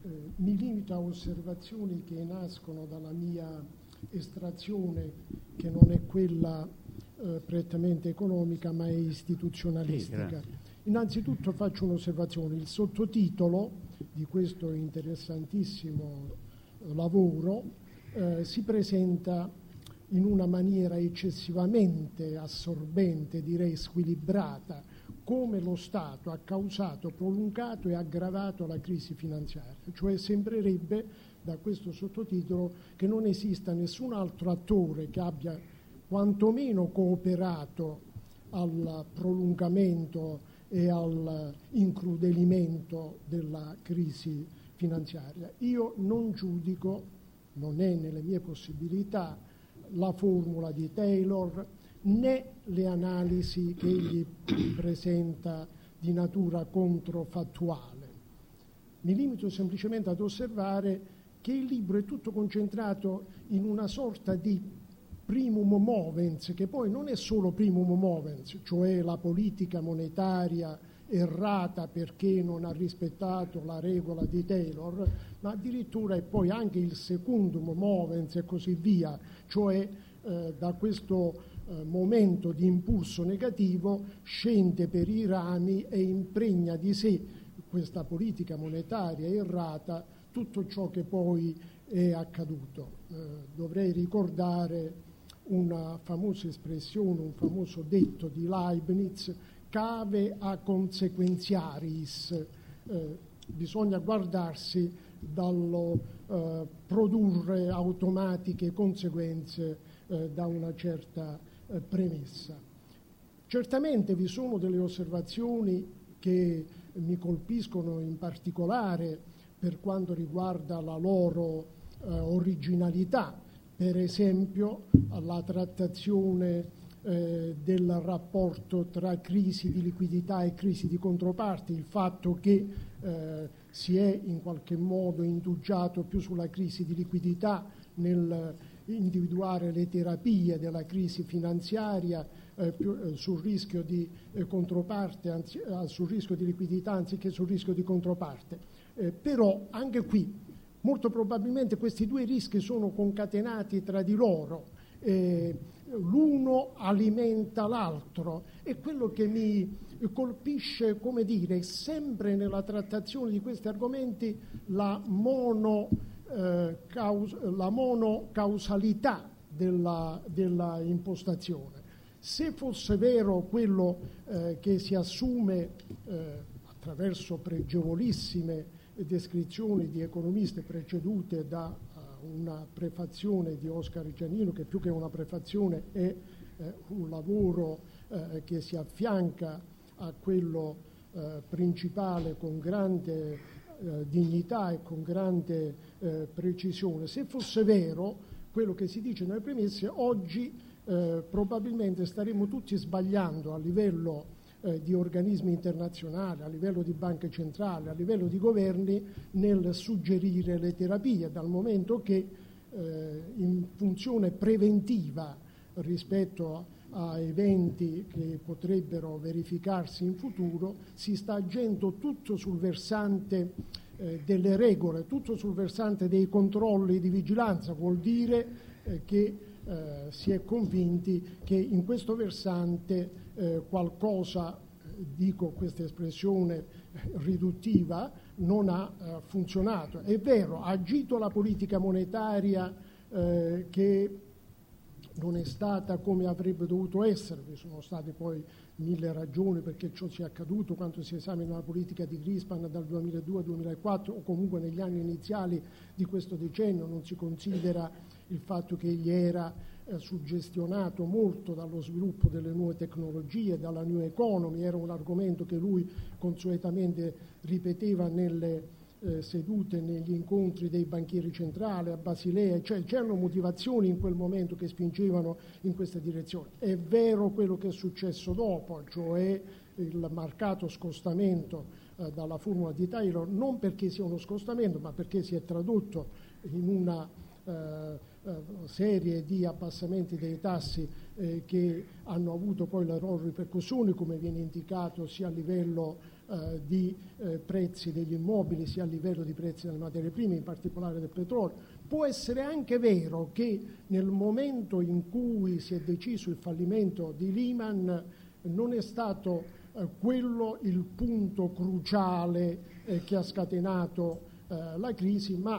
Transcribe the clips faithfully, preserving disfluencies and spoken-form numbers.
eh, mi limito a osservazioni che nascono dalla mia estrazione, che non è quella eh, prettamente economica ma è istituzionalistica. Sì, innanzitutto faccio un'osservazione: il sottotitolo di questo interessantissimo lavoro eh, si presenta in una maniera eccessivamente assorbente, direi squilibrata, come lo Stato ha causato, prolungato e aggravato la crisi finanziaria. Cioè sembrerebbe da questo sottotitolo che non esista nessun altro attore che abbia quantomeno cooperato al prolungamento e all'incrudelimento della crisi finanziaria. Io non giudico, non è nelle mie possibilità, la formula di Taylor né le analisi che egli presenta di natura controfattuale. Mi limito semplicemente ad osservare che il libro è tutto concentrato in una sorta di primum movens, che poi non è solo primum movens, cioè la politica monetaria errata perché non ha rispettato la regola di Taylor, ma addirittura è poi anche il secundum movens e così via, cioè eh, da questo eh, momento di impulso negativo scende per i rami e impregna di sé questa politica monetaria errata tutto ciò che poi è accaduto. Eh, dovrei ricordare una famosa espressione, un famoso detto di Leibniz: cave a consequentiaris, eh, bisogna guardarsi dallo eh, produrre automatiche conseguenze eh, da una certa eh, premessa. Certamente vi sono delle osservazioni che mi colpiscono in particolare per quanto riguarda la loro eh, originalità, per esempio la trattazione Eh, del rapporto tra crisi di liquidità e crisi di controparte, il fatto che eh, si è in qualche modo indugiato più sulla crisi di liquidità nel individuare le terapie della crisi finanziaria, eh, più, eh, sul rischio di eh, controparte, anzi, eh, sul rischio di liquidità anziché sul rischio di controparte. Eh, però anche qui molto probabilmente questi due rischi sono concatenati tra di loro. Eh, l'uno alimenta l'altro, e quello che mi colpisce, come dire, sempre nella trattazione di questi argomenti, la mono, eh, caus- la monocausalità della, della impostazione. Se fosse vero quello eh, che si assume eh, attraverso pregevolissime descrizioni di economiste precedute da una prefazione di Oscar Giannino, che più che una prefazione è eh, un lavoro eh, che si affianca a quello eh, principale con grande eh, dignità e con grande eh, precisione. Se fosse vero quello che si dice nelle premesse, oggi eh, probabilmente staremmo tutti sbagliando a livello Eh, di organismi internazionali, a livello di banche centrali, a livello di governi, nel suggerire le terapie, dal momento che eh, in funzione preventiva rispetto a, a eventi che potrebbero verificarsi in futuro si sta agendo tutto sul versante eh, delle regole, tutto sul versante dei controlli di vigilanza. Vuol dire eh, che eh, si è convinti che in questo versante Eh, qualcosa, dico questa espressione riduttiva, non ha eh, funzionato. È vero, ha agito la politica monetaria eh, che non è stata come avrebbe dovuto essere. Vi sono state poi mille ragioni perché ciò sia accaduto quando si esamina la politica di Greenspan dal duemiladue al duemilaquattro o comunque negli anni iniziali di questo decennio. Non si considera il fatto che egli era eh, suggestionato molto dallo sviluppo delle nuove tecnologie, dalla new economy. Era un argomento che lui consuetamente ripeteva nelle eh, sedute, negli incontri dei banchieri centrali a Basilea, cioè c'erano motivazioni in quel momento che spingevano in questa direzione. È vero quello che è successo dopo, cioè il marcato scostamento eh, dalla formula di Taylor, non perché sia uno scostamento, ma perché si è tradotto in una eh, serie di abbassamenti dei tassi eh, che hanno avuto poi le loro ripercussioni, come viene indicato sia a livello eh, di eh, prezzi degli immobili, sia a livello di prezzi delle materie prime, in particolare del petrolio. Può essere anche vero che nel momento in cui si è deciso il fallimento di Lehman non è stato eh, quello il punto cruciale eh, che ha scatenato eh, la crisi, ma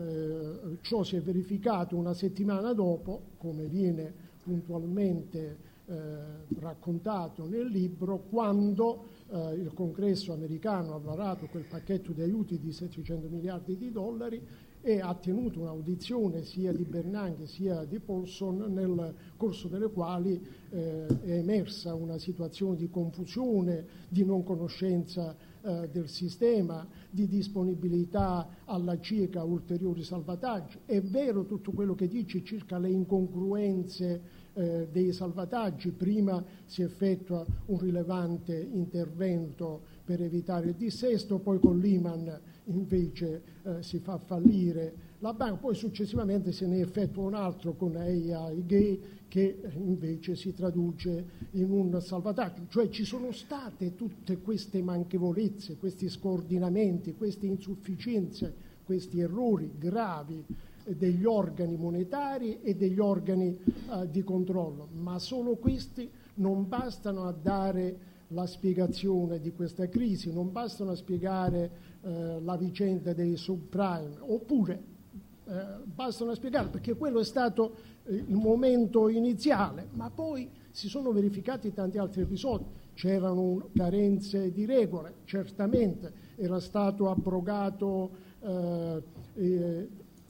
eh, ciò si è verificato una settimana dopo, come viene puntualmente eh, raccontato nel libro, quando eh, il Congresso americano ha varato quel pacchetto di aiuti di settecento miliardi di dollari e ha tenuto un'audizione sia di Bernanke sia di Paulson, nel corso delle quali eh, è emersa una situazione di confusione, di non conoscenza eh, del sistema, di disponibilità alla cieca a ulteriori salvataggi. È vero tutto quello che dice circa le incongruenze eh, dei salvataggi. Prima si effettua un rilevante intervento per evitare il dissesto, poi con Lehman invece eh, si fa fallire la banca, poi successivamente se ne effettua un altro con A I G che invece si traduce in un salvataggio. Cioè ci sono state tutte queste manchevolezze, questi scordinamenti, queste insufficienze, questi errori gravi degli organi monetari e degli organi eh, di controllo, ma solo questi non bastano a dare la spiegazione di questa crisi, non bastano a spiegare eh, la vicenda dei subprime, oppure eh, bastano a spiegare, perché quello è stato eh, il momento iniziale, ma poi si sono verificati tanti altri episodi. C'erano carenze di regole, certamente era stato abrogato eh, eh,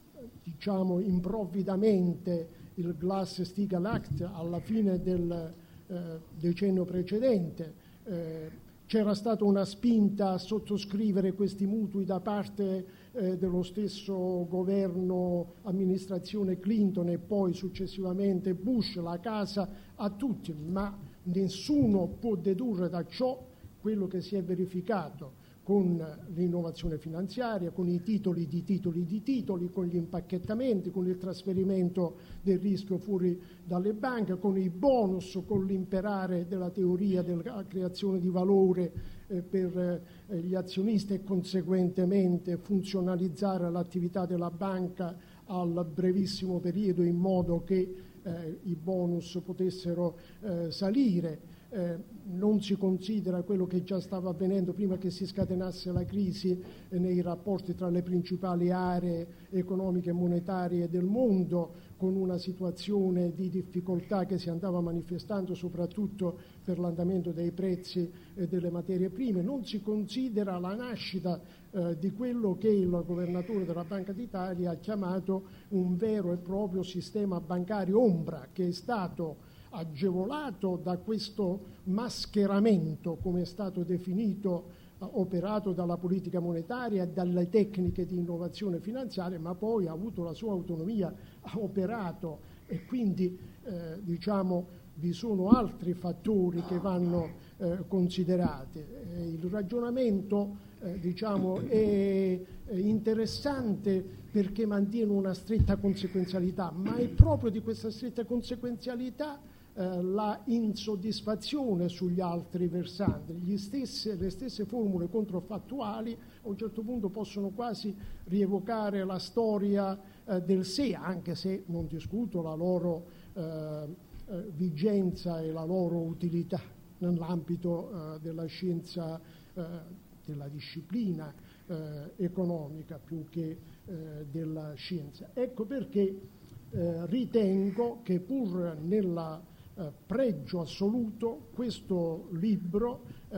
diciamo improvvidamente il Glass-Steagall Act alla fine del eh, decennio precedente. Eh, c'era stata una spinta a sottoscrivere questi mutui da parte eh, dello stesso governo, amministrazione Clinton e poi successivamente Bush, la casa a tutti, ma nessuno può dedurre da ciò quello che si è verificato con l'innovazione finanziaria, con i titoli di titoli di titoli, con gli impacchettamenti, con il trasferimento del rischio fuori dalle banche, con i bonus, con l'imperare della teoria della creazione di valore eh, per eh, gli azionisti e conseguentemente funzionalizzare l'attività della banca al brevissimo periodo in modo che eh, i bonus potessero eh, salire. Eh, non si considera quello che già stava avvenendo prima che si scatenasse la crisi eh, nei rapporti tra le principali aree economiche e monetarie del mondo, con una situazione di difficoltà che si andava manifestando soprattutto per l'andamento dei prezzi eh, delle materie prime. Non si considera la nascita eh, di quello che il governatore della Banca d'Italia ha chiamato un vero e proprio sistema bancario ombra, che è stato agevolato da questo mascheramento, come è stato definito, eh, operato dalla politica monetaria e dalle tecniche di innovazione finanziaria, ma poi ha avuto la sua autonomia, ha operato e quindi eh, diciamo vi sono altri fattori che vanno eh, considerati. Eh, il ragionamento eh, diciamo è, è interessante perché mantiene una stretta conseguenzialità, ma è proprio di questa stretta conseguenzialità Eh, la insoddisfazione sugli altri versanti. Gli stesse, le stesse formule controfattuali a un certo punto possono quasi rievocare la storia eh, del sé, anche se non discuto la loro eh, eh, vigenza e la loro utilità nell'ambito eh, della scienza, eh, della disciplina eh, economica più che eh, della scienza. Ecco perché eh, ritengo che pur nella Eh, pregio assoluto questo libro eh,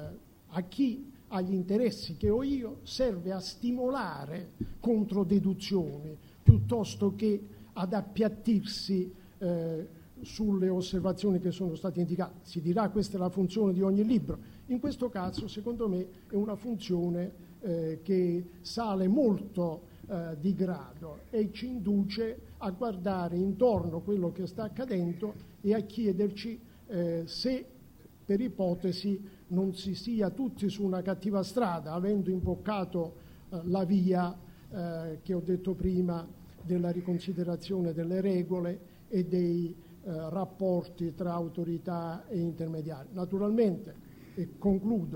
a chi ha gli interessi che ho io serve a stimolare contro deduzioni piuttosto che ad appiattirsi eh, sulle osservazioni che sono state indicate. Si dirà questa è la funzione di ogni libro. In questo caso secondo me è una funzione eh, che sale molto eh, di grado e ci induce a guardare intorno a quello che sta accadendo e a chiederci eh, se per ipotesi non si sia tutti su una cattiva strada, avendo imboccato eh, la via eh, che ho detto prima della riconsiderazione delle regole e dei eh, rapporti tra autorità e intermediari. Naturalmente, e concludo,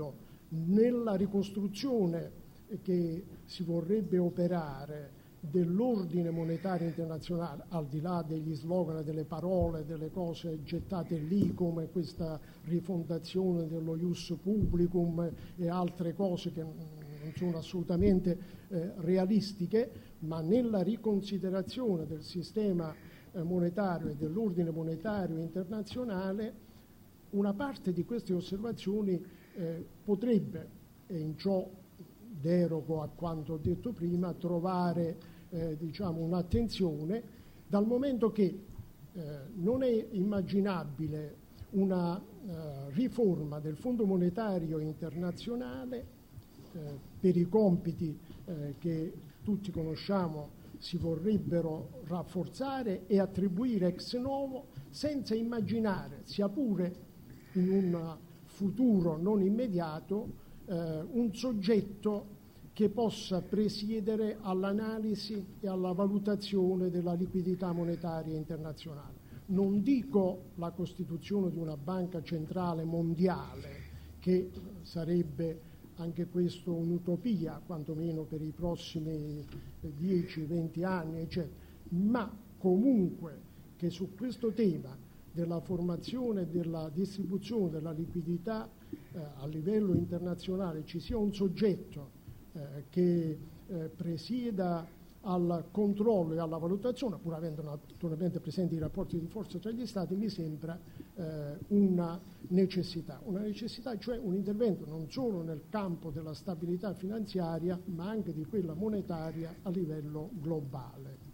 Nella ricostruzione che si vorrebbe operare dell'ordine monetario internazionale, al di là degli slogan, delle parole, delle cose gettate lì come questa rifondazione dello ius publicum e altre cose che non sono assolutamente eh, realistiche, ma nella riconsiderazione del sistema eh, monetario e dell'ordine monetario internazionale, una parte di queste osservazioni eh, potrebbe, e in ciò derogo a quanto ho detto prima, trovare Eh, diciamo un'attenzione, dal momento che eh, non è immaginabile una eh, riforma del Fondo Monetario Internazionale eh, per i compiti eh, che tutti conosciamo si vorrebbero rafforzare e attribuire ex novo, senza immaginare, sia pure in un futuro non immediato, eh, un soggetto che possa presiedere all'analisi e alla valutazione della liquidità monetaria internazionale. Non dico la costituzione di una banca centrale mondiale, che sarebbe anche questo un'utopia, quantomeno per i prossimi dieci venti anni, eccetera, ma comunque che su questo tema della formazione e della distribuzione della liquidità eh, a livello internazionale ci sia un soggetto Eh, che eh, presieda al controllo e alla valutazione, pur avendo naturalmente presenti i rapporti di forza tra gli Stati, mi sembra eh, una necessità. Una necessità, cioè un intervento non solo nel campo della stabilità finanziaria, ma anche di quella monetaria a livello globale.